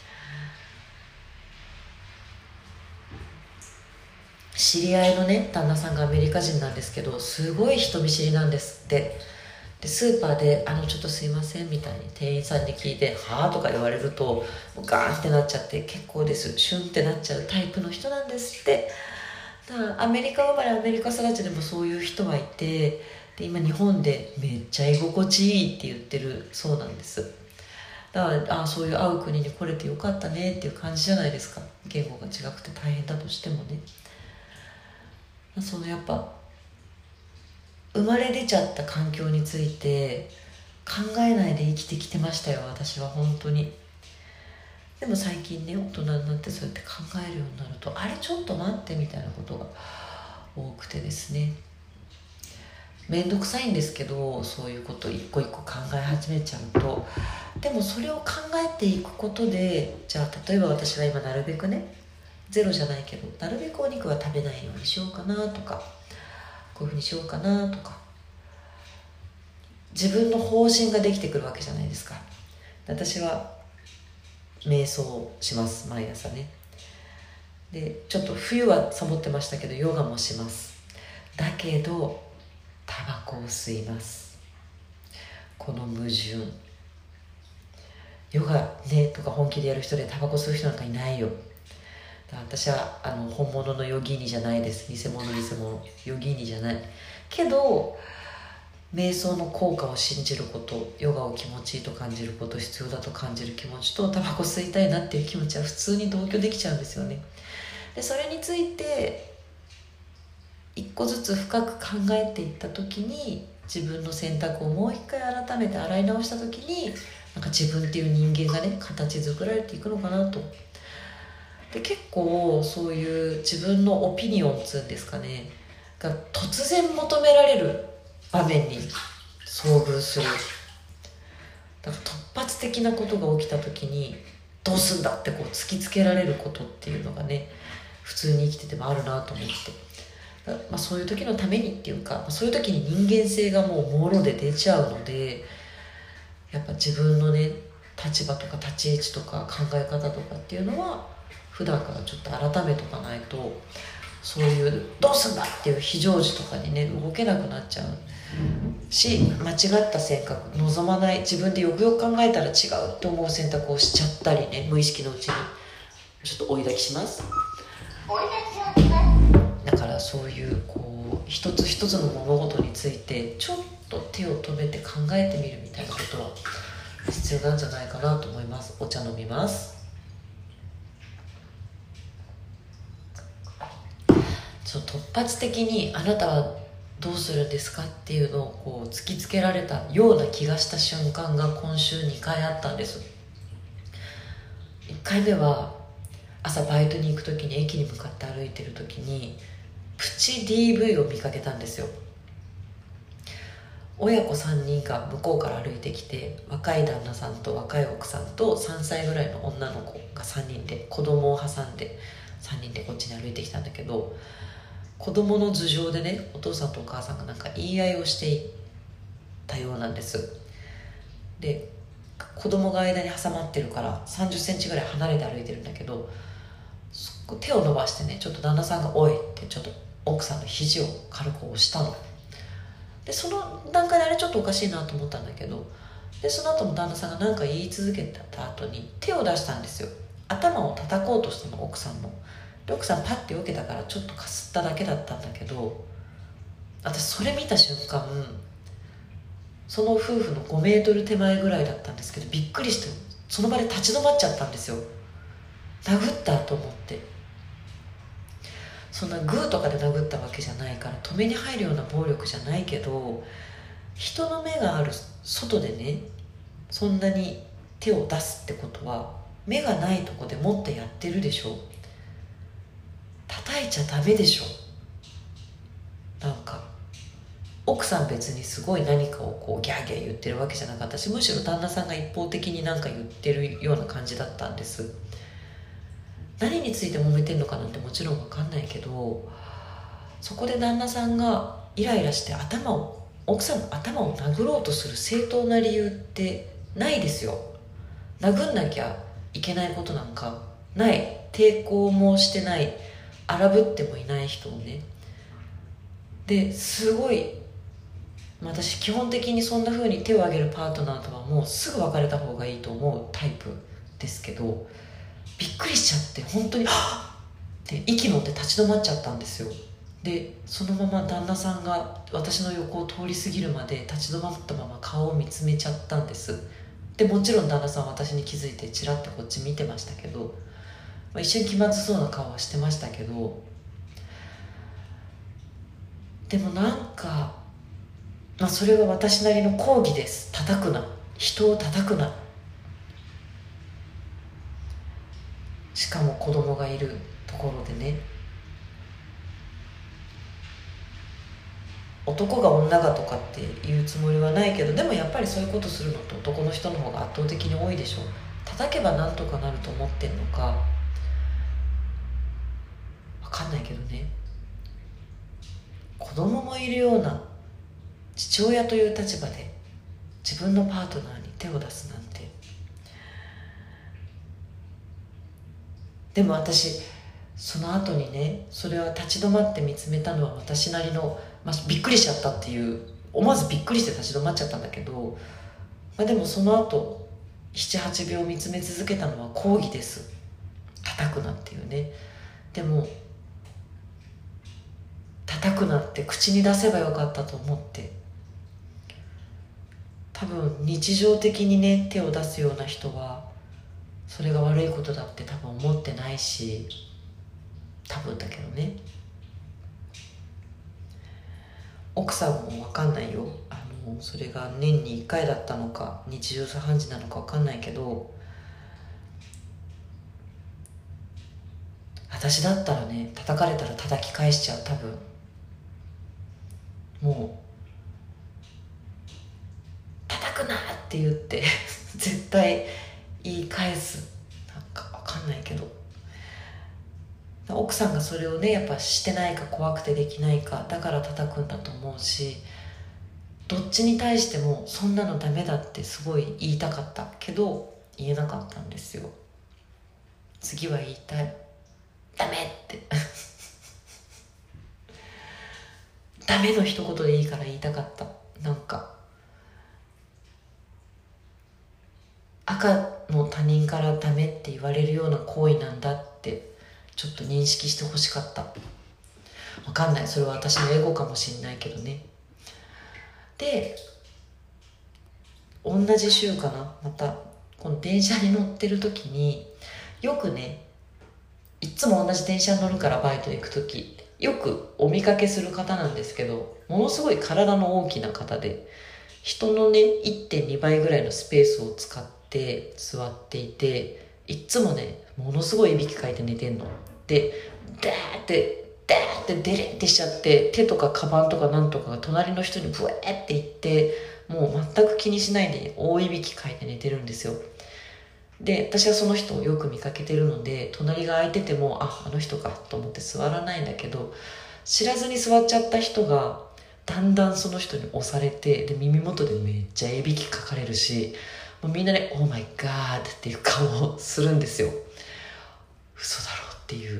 知り合いのね旦那さんがアメリカ人なんですけど、すごい人見知りなんですって。でスーパーでちょっとすいませんみたいに店員さんに聞いてはぁとか言われるともうガーンってなっちゃって、結構ですシュンってなっちゃうタイプの人なんですって。だからアメリカ生まれアメリカ育ちでもそういう人はいて、で今日本でめっちゃ居心地いいって言ってるそうなんです。だからそういう会う国に来れてよかったねっていう感じじゃないですか。言語が違くて大変だとしてもね。そのやっぱ生まれ出ちゃった環境について考えないで生きてきてましたよ、私は本当に。でも最近ね大人になってそうやって考えるようになると、あれちょっと待ってみたいなことが多くてですね、面倒くさいんですけど、そういうこと一個一個考え始めちゃうと。でもそれを考えていくことで、じゃあ例えば私は今なるべくね、ゼロじゃないけどなるべくお肉は食べないようにしようかなとか、こういうふうにしようかなとか、自分の方針ができてくるわけじゃないですか。私は瞑想をします、毎朝ね。でちょっと冬はサボってましたけどヨガもします。だけどタバコを吸います。この矛盾。ヨガねとか本気でやる人でタバコ吸う人なんかいないよ。だから私は本物のヨギーニじゃないです。偽物ヨギーニじゃないけど、瞑想の効果を信じること、ヨガを気持ちいいと感じること、必要だと感じる気持ちとタバコ吸いたいなっていう気持ちは普通に同居できちゃうんですよね。でそれについて一個ずつ深く考えていった時に、自分の選択をもう一回改めて洗い直した時に、なんか自分っていう人間がね形作られていくのかなと。で結構そういう自分のオピニオンっつうんですかねが突然求められる場面に遭遇する。だから突発的なことが起きた時にどうすんだってこう突きつけられることっていうのがね、普通に生きててもあるなと思って、そういう時のためにっていうか、そういう時に人間性がもうもろで出ちゃうので、やっぱ自分のね立場とか立ち位置とか考え方とかっていうのは普段からちょっと改めとかないと、そういうどうすんだっていう非常時とかにね動けなくなっちゃうし、間違った選択、望まない、自分でよくよく考えたら違うって思う選択をしちゃったりね、無意識のうちにちょっと追い焚きします。だからそういうこう一つ一つの物事についてちょっと手を止めて考えてみるみたいなことは必要なんじゃないかなと思います。お茶飲みます。突発的にあなたはどうするんですかっていうのをこう突きつけられたような気がした瞬間が今週2回あったんです。1回目は朝バイトに行く時に駅に向かって歩いてる時にプチ DV を見かけたんですよ。親子3人が向こうから歩いてきて、若い旦那さんと若い奥さんと3歳ぐらいの女の子が3人で、子供を挟んで3人でこっちに歩いてきたんだけど、子供の頭上でねお父さんとお母さんがなんか言い合いをしていたようなんです。で子供が間に挟まってるから30センチぐらい離れて歩いてるんだけど、手を伸ばしてねちょっと旦那さんが「おい」ってちょっと奥さんの肘を軽く押したので、その段階であれちょっとおかしいなと思ったんだけど、でその後も旦那さんが何か言い続けた後に手を出したんですよ。頭を叩こうとしたの、奥さんの。で奥さんパッて避けたからちょっとかすっただけだったんだけど、私それ見た瞬間、その夫婦の5メートル手前ぐらいだったんですけど、びっくりしてその場で立ち止まっちゃったんですよ。殴ったと思って。そんなグーとかで殴ったわけじゃないから止めに入るような暴力じゃないけど、人の目がある外でねそんなに手を出すってことは目がないとこでもってやってるでしょ。叩いちゃダメでしょ。なんか奥さん別にすごい何かをこうギャーギャー言ってるわけじゃなかったし、むしろ旦那さんが一方的に何か言ってるような感じだったんです。何について揉めてんのかなんてもちろん分かんないけど、そこで旦那さんがイライラして頭を奥さんの頭を殴ろうとする正当な理由ってないですよ。殴んなきゃいけないことなんかない。抵抗もしてない、荒ぶってもいない人をね。ですごい、私基本的にそんな風に手を挙げるパートナーとはもうすぐ別れた方がいいと思うタイプですけど、びっくりしちゃって本当にはっって息のって立ち止まっちゃったんですよ。でそのまま旦那さんが私の横を通り過ぎるまで立ち止まったまま顔を見つめちゃったんです。でもちろん旦那さんは私に気づいてチラッとこっち見てましたけど、一瞬気まずそうな顔はしてましたけど、でもなんか、それは私なりの抗議です。叩くな、人を叩くな、しかも子供がいるところでね。男が女がとかって言うつもりはないけど、でもやっぱりそういうことするのって男の人の方が圧倒的に多いでしょ。叩けばなんとかなると思ってんのか分かんないけどね。子供もいるような父親という立場で自分のパートナーに手を出すなんて。でも私その後にね、それは立ち止まって見つめたのは私なりの、びっくりしちゃったっていう、思わずびっくりして立ち止まっちゃったんだけど、でもその後78秒見つめ続けたのは抗議です。叩くなっていうね。でも叩くなって口に出せばよかったと思って、多分日常的にね手を出すような人はそれが悪いことだって多分思ってないし、多分だけどね。奥さんも分かんないよ。それが年に1回だったのか日常茶飯事なのか分かんないけど、私だったらね、叩かれたら叩き返しちゃう。多分もう叩くなって言って絶対言い返す。なんか分かんないけど、奥さんがそれをねやっぱしてないか怖くてできないかだから叩くんだと思うし、どっちに対してもそんなのダメだってすごい言いたかったけど言えなかったんですよ。次は言いたい。ダメってダメの一言でいいから言いたかった。なんか赤の他人からダメって言われるような行為なんだってちょっと認識してほしかった。わかんない、それは私のエゴかもしれないけどね。で同じ週かな、またこの電車に乗ってる時によくね、いつも同じ電車に乗るからバイト行く時よくお見かけする方なんですけど、ものすごい体の大きな方で、人のね 1.2 倍ぐらいのスペースを使って座っていて、いつもねものすごいいびきかいて寝てんので、ダーってデレってしちゃって、手とかカバンとかなんとかが隣の人にブワーっていって、もう全く気にしないで大いびきかいて寝てるんですよ。で私はその人をよく見かけてるので、隣が空いててもあの人かと思って座らないんだけど、知らずに座っちゃった人がだんだんその人に押されて、で耳元でめっちゃいびきかかれるし、もうみんなねオーマイガーっていう顔をするんですよ。嘘だろっていう。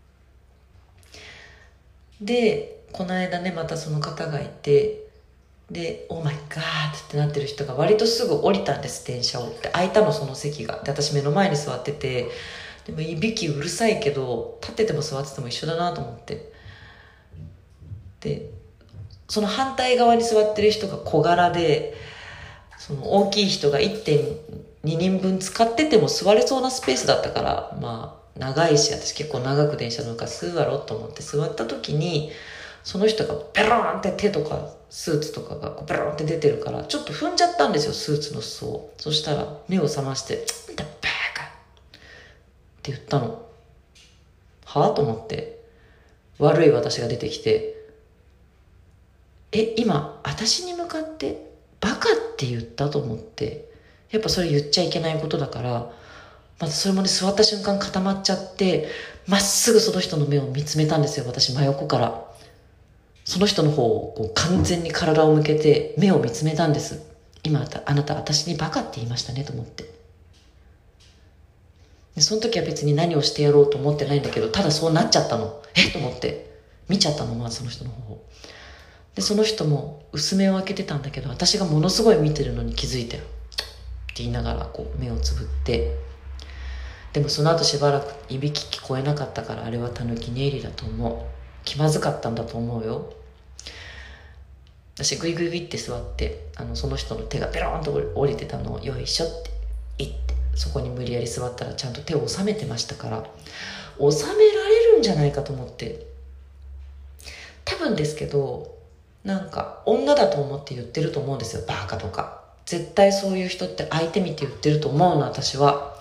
でこの間ねまたその方がいて、でオーマイガーってなってる人が割とすぐ降りたんです、電車を。で空いたのその席が。で私目の前に座ってて、でもいびきうるさいけど立ってても座ってても一緒だなと思って、でその反対側に座ってる人が小柄で、その大きい人が 1.2 人分使ってても座れそうなスペースだったから、長いし私結構長く電車乗るから座ろうと思って座った時に、その人がペロンって手とかスーツとかがペロンって出てるからちょっと踏んじゃったんですよ、スーツの裾を。そしたら目を覚まして「バカ!」って言ったの。はぁと思って、悪い私が出てきて、今私に向かってバカって言ったと思って、やっぱそれ言っちゃいけないことだから、またそれもね座った瞬間固まっちゃって、まっすぐその人の目を見つめたんですよ、私真横から。 その人の方をこう完全に体を向けて目を見つめたんです。今あなた私にバカって言いましたねと思って。でその時は別に何をしてやろうと思ってないんだけど、ただそうなっちゃったの。と思って見ちゃったの、まずその人の方を。でその人も薄目を開けてたんだけど、私がものすごい見てるのに気づいてって言いながらこう目をつぶって、でもその後しばらくいびき聞こえなかったから、あれはタヌキ寝入りだと思う。気まずかったんだと思うよ。私グイグイグイって座って、その人の手がペロンと降りてたのをよいしょって言って、そこに無理やり座ったらちゃんと手を収めてましたから、収められるんじゃないかと思って。多分ですけど、なんか女だと思って言ってると思うんですよ。バカとか絶対そういう人って相手見て言ってると思うの、私は。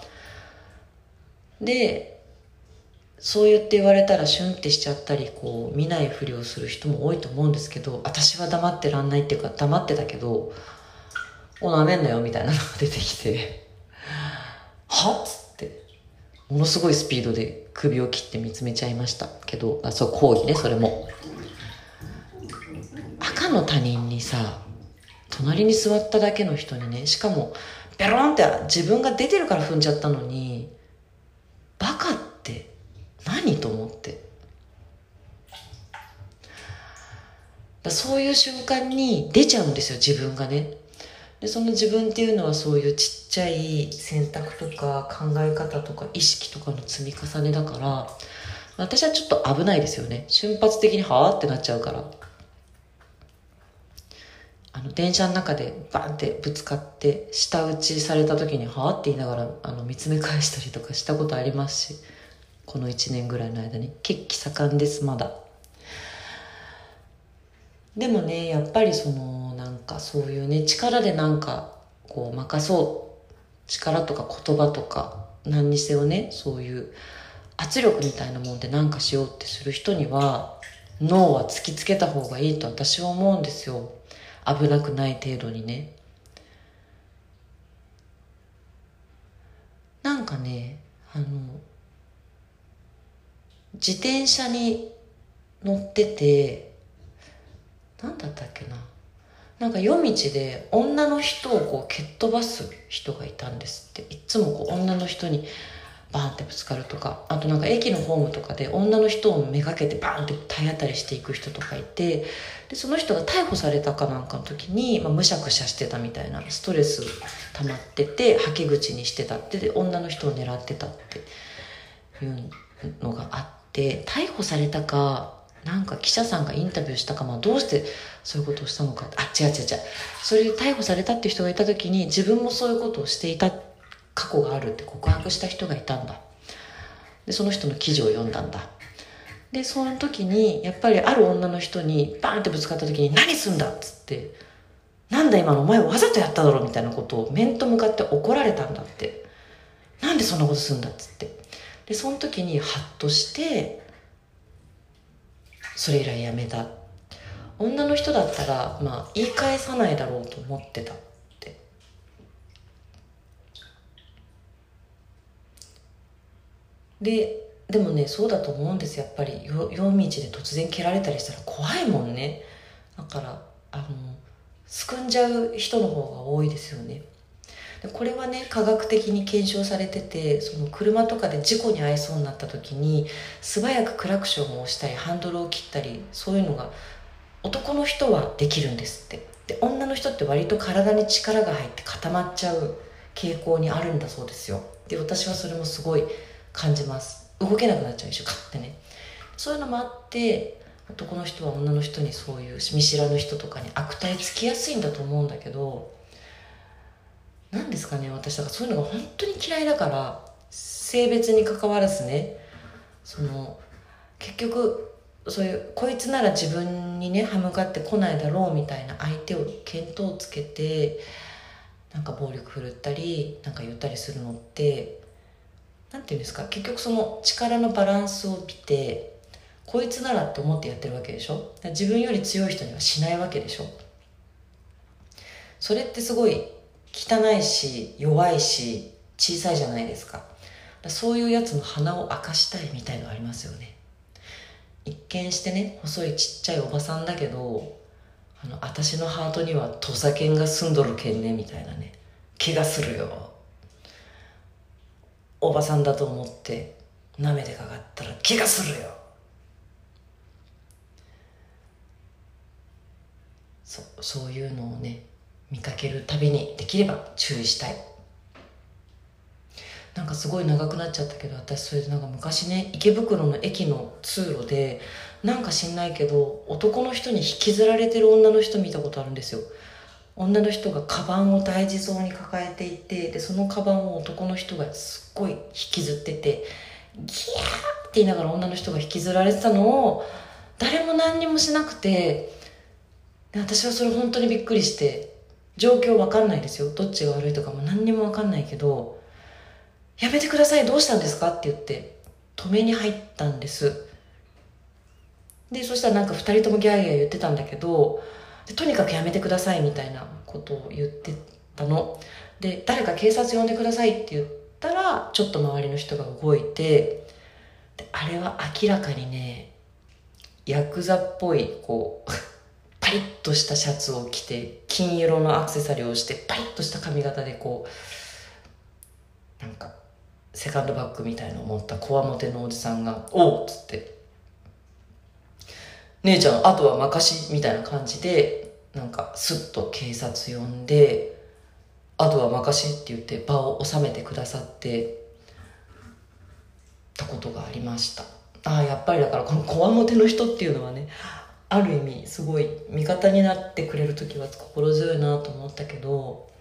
でそう言って言われたらシュンってしちゃったり、こう見ないふりをする人も多いと思うんですけど、私は黙ってらんないっていうか黙ってたけど、なめんなよみたいなのが出てきてはっつってものすごいスピードで首を切って見つめちゃいましたけど、そう抗議ね。それも赤の他人にさ、隣に座っただけの人にね、しかもベロンって自分が出てるから踏んじゃったのに、バカって何と思って。そういう瞬間に出ちゃうんですよ、自分がね。でその自分っていうのはそういうちっちゃい選択とか考え方とか意識とかの積み重ねだから、私はちょっと危ないですよね。瞬発的にはぁってなっちゃうから。電車の中でバンってぶつかって舌打ちされた時にはぁって言いながら見つめ返したりとかしたことありますし、この1年ぐらいの間に血気盛んです、まだ。でもね、やっぱりなんかそういうね、力でなんかこう任そう力とか言葉とか何にせよね、そういう圧力みたいなもんでなんかしようってする人には脳は突きつけた方がいいと私は思うんですよ。危なくない程度にね。なんかね、自転車に乗ってて、なんだったっけな、なんか夜道で女の人をこう蹴っ飛ばす人がいたんですって。いつもこう女の人にバーンってぶつかるとか、あとなんか駅のホームとかで女の人をめがけてバーンって体当たりしていく人とかいて、でその人が逮捕されたかなんかの時に、むしゃくしゃしてたみたいな、ストレス溜まっててはけ口にしてたって、で女の人を狙ってたっていうのがあって、逮捕されたかなんか記者さんがインタビューしたか、どうしてそういうことをしたのか、違う、それで逮捕されたっていう人がいた時に、自分もそういうことをしていた過去があるって告白した人がいたんだ。でその人の記事を読んだんだ。でその時にやっぱりある女の人にバーンってぶつかった時に、何すんだっつって、なんだ今のお前わざとやっただろみたいなことを面と向かって怒られたんだって。なんでそんなことすんだっつって。でその時にハッとして、それ以来やめた。女の人だったら言い返さないだろうと思ってたって。でもね、そうだと思うんです。やっぱり夜道で突然蹴られたりしたら怖いもんね。だからすくんじゃう人の方が多いですよね。でこれはね、科学的に検証されてて、その車とかで事故に遭いそうになった時に素早くクラクションを押したりハンドルを切ったり、そういうのが男の人はできるんですって。で女の人って割と体に力が入って固まっちゃう傾向にあるんだそうですよ。で私はそれもすごい感じます。動けなくなっちゃうでしょ、カッてね。そういうのもあって、男の人は女の人にそういう見知らぬ人とかに悪態つきやすいんだと思うんだけど、なんですかね、私だからそういうのが本当に嫌いだから、性別に関わらずね、結局そういうこいつなら自分にね歯向かってこないだろうみたいな相手を見当つけてなんか暴力振るったりなんか言ったりするのって、なんていうんですか、結局その力のバランスを見て、こいつならって思ってやってるわけでしょ。自分より強い人にはしないわけでしょ。それってすごい汚いし弱いし小さいじゃないですか。そういうやつの鼻を明かしたいみたいのありますよね。 一見してね細いちっちゃいおばさんだけど、私のハートには土佐犬が住んどるけんねみたいなね、気がするよ。おばさんだと思って舐めてかかったら気がするよ。そういうのをね見かけるたびにできれば注意したい。なんかすごい長くなっちゃったけど、私それでなんか昔ね、池袋の駅の通路でなんか知んないけど男の人に引きずられてる女の人見たことあるんですよ。女の人がカバンを大事そうに抱えていて、でそのカバンを男の人がすっごい引きずってて、ギャーって言いながら女の人が引きずられてたのを誰も何にもしなくて、で私はそれ本当にびっくりして、状況わかんないですよ、どっちが悪いとかも何にもわかんないけど、やめてください、どうしたんですかって言って止めに入ったんです。でそしたらなんか2人ともギャーギャー言ってたんだけど、とにかくやめてくださいみたいなことを言ってたので、誰か警察呼んでくださいって言ったらちょっと周りの人が動いて、であれは明らかにねヤクザっぽいこうパリッとしたシャツを着て金色のアクセサリーをしてパリッとした髪型でこうなんかセカンドバッグみたいのを持ったこわもてのおじさんがおうっつって姉ちゃんあとは任しみたいな感じでなんかスッと警察呼んであとは任しって言って場を収めてくださってたことがありました。やっぱりだからこのこわもての人っていうのはね、ある意味すごい味方になってくれる時は心強いなと思ったけど、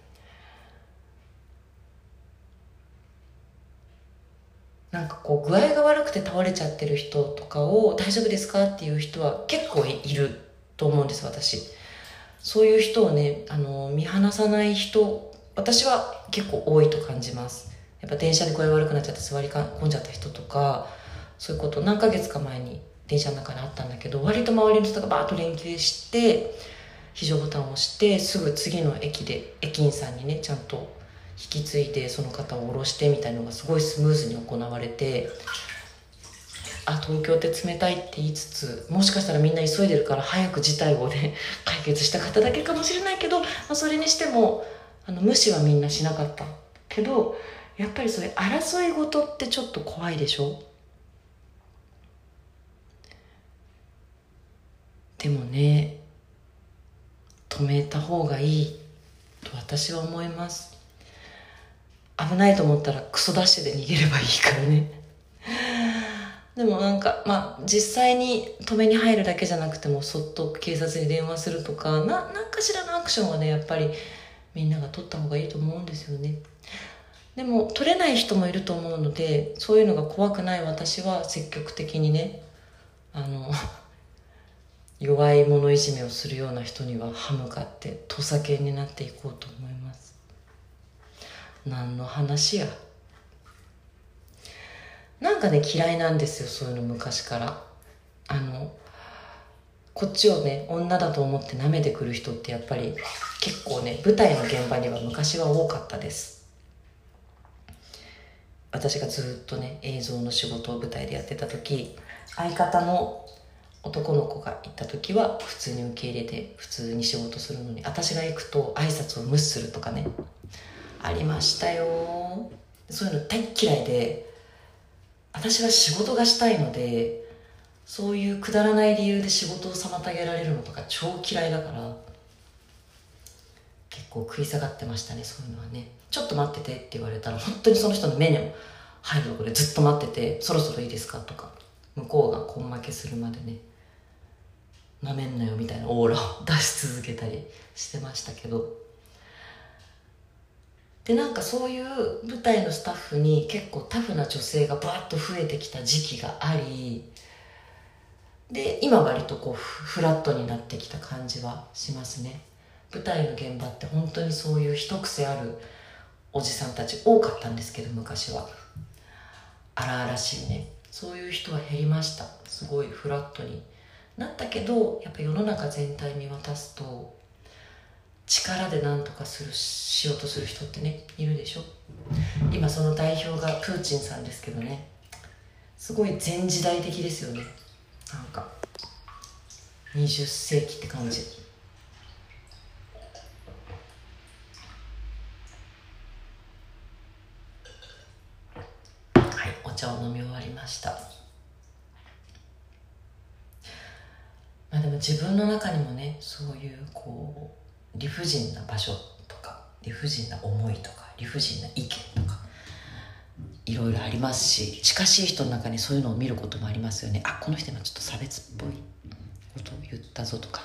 なんかこう具合が悪くて倒れちゃってる人とかを大丈夫ですかっていう人は結構いると思うんです。私そういう人をね見放さない人、私は結構多いと感じます。やっぱ電車で具合悪くなっちゃって座り込んじゃった人とか、そういうこと何ヶ月か前に電車の中であったんだけど、割と周りの人がバーッと連携して非常ボタンを押してすぐ次の駅で駅員さんにねちゃんと引き継いでその方を降ろしてみたいなのがすごいスムーズに行われて、東京って冷たいって言いつつ、もしかしたらみんな急いでるから早く事態をね解決した方だけかもしれないけど、それにしても無視はみんなしなかったけど、やっぱりそういう争い事ってちょっと怖いでしょ。でもね止めた方がいいと私は思います。危ないと思ったらクソダッシュで逃げればいいからね。でもなんか実際に止めに入るだけじゃなくてもそっと警察に電話するとかなんかしらのアクションはねやっぱりみんなが取った方がいいと思うんですよね。でも取れない人もいると思うので、そういうのが怖くない私は積極的にね弱い者いじめをするような人には歯向かって土佐犬になっていこうと思います。何の話や。なんかね嫌いなんですよそういうの昔から。こっちをね女だと思って舐めてくる人ってやっぱり結構ね舞台の現場には昔は多かったです。私がずっとね映像の仕事を舞台でやってた時、相方の男の子が行った時は普通に受け入れて普通に仕事するのに、私が行くと挨拶を無視するとかねありましたよ。そういうの大っ嫌いで、私は仕事がしたいのでそういうくだらない理由で仕事を妨げられるのとか超嫌いだから、結構食い下がってましたねそういうのはね。ちょっと待っててって言われたら本当にその人の目にも入るところでずっと待ってて、そろそろいいですかとか向こうが根負けするまでねなめんなよみたいなオーラを出し続けたりしてましたけど、でなんかそういう舞台のスタッフに結構タフな女性がバーッと増えてきた時期があり、で今割とこうフラットになってきた感じはしますね。舞台の現場って本当にそういう一癖あるおじさんたち多かったんですけど、昔は荒々しいねそういう人は減りました。すごいフラットになったけど、やっぱ世の中全体見渡すと力で何とかしようとする人ってねいるでしょ。今その代表がプーチンさんですけどね、すごい前時代的ですよね。 なんか20世紀って感じ。はい、お茶を飲み終わりました。でも自分の中にもね、そういうこう理不尽な場所とか理不尽な思いとか理不尽な意見とかいろいろありますし、近しい人の中にそういうのを見ることもありますよね。あ、この人今ちょっと差別っぽいことを言ったぞとかね。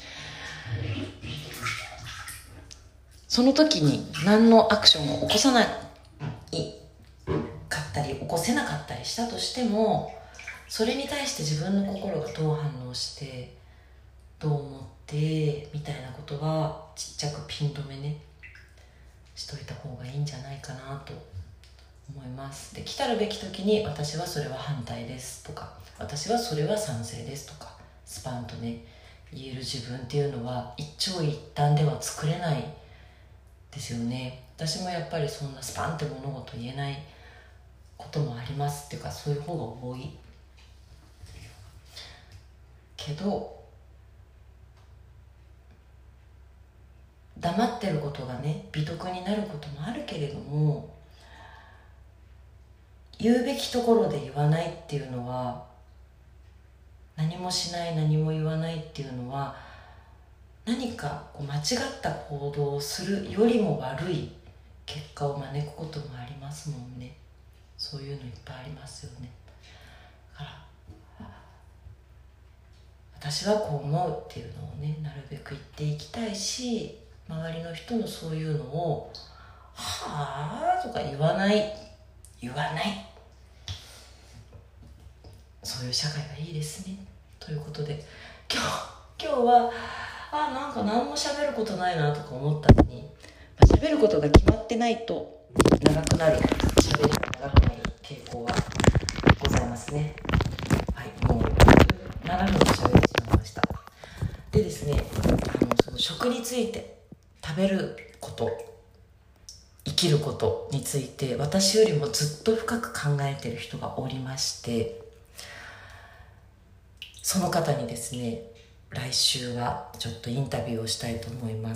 その時に何のアクションを起こさないかったり起こせなかったりしたとしても、それに対して自分の心がどう反応してどう思ってみたいなことはちっちゃくピン止めねしといた方がいいんじゃないかなと思います。で、来たるべき時に私はそれは反対ですとか私はそれは賛成ですとかスパンとね言える自分っていうのは一長一短では作れないですよね。私もやっぱりそんなスパンって物事言えないこともありますっていうか、そういう方が多いけど、黙ってることがね美徳になることもあるけれども、言うべきところで言わないっていうのは、何もしない何も言わないっていうのは何かこう間違った行動をするよりも悪い結果を招くこともありますもんね。そういうのいっぱいありますよね。だから私はこう思うっていうのをねなるべく言っていきたいし、周りの人のそういうのをはぁとか言わないそういう社会がいいですね。ということで今日はなんか何も喋ることないなとか思ったのに、喋ることが決まってないと長くなる、喋りが長くなる傾向がございますね。はい、もう7分も喋ってしまいました。でですね、その食について、食べること生きることについて私よりもずっと深く考えている人がおりまして、その方にですね来週はちょっとインタビューをしたいと思います。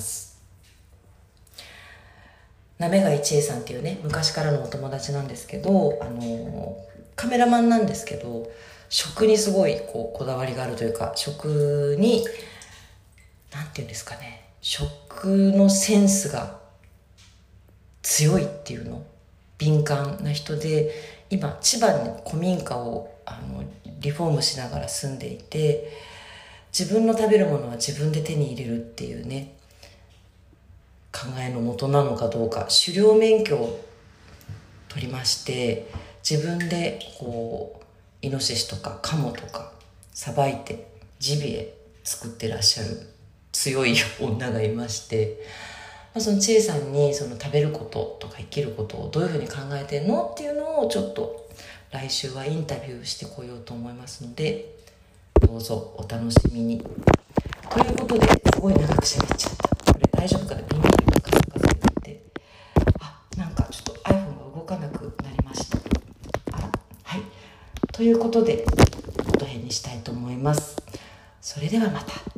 なめがいちえさんっていうね昔からのお友達なんですけど、カメラマンなんですけど、食にすごいこだわりがあるというか、食になんていうんですかね、食のセンスが強いっていうの、敏感な人で、今千葉に古民家をリフォームしながら住んでいて、自分の食べるものは自分で手に入れるっていうね考えのもとなのかどうか、狩猟免許を取りまして、自分でイノシシとかカモとかさばいてジビエ作ってらっしゃる強い女がいまして、その千恵さんにその食べることとか生きることをどういうふうに考えてんのっていうのをちょっと来週はインタビューしてこようと思いますので、どうぞお楽しみに。ということで、すごい長く喋っちゃった。これ大丈夫かな、耳がカサカサ言って。なんかちょっと iPhone が動かなくなりました。はい。ということで、この辺にしたいと思います。それではまた。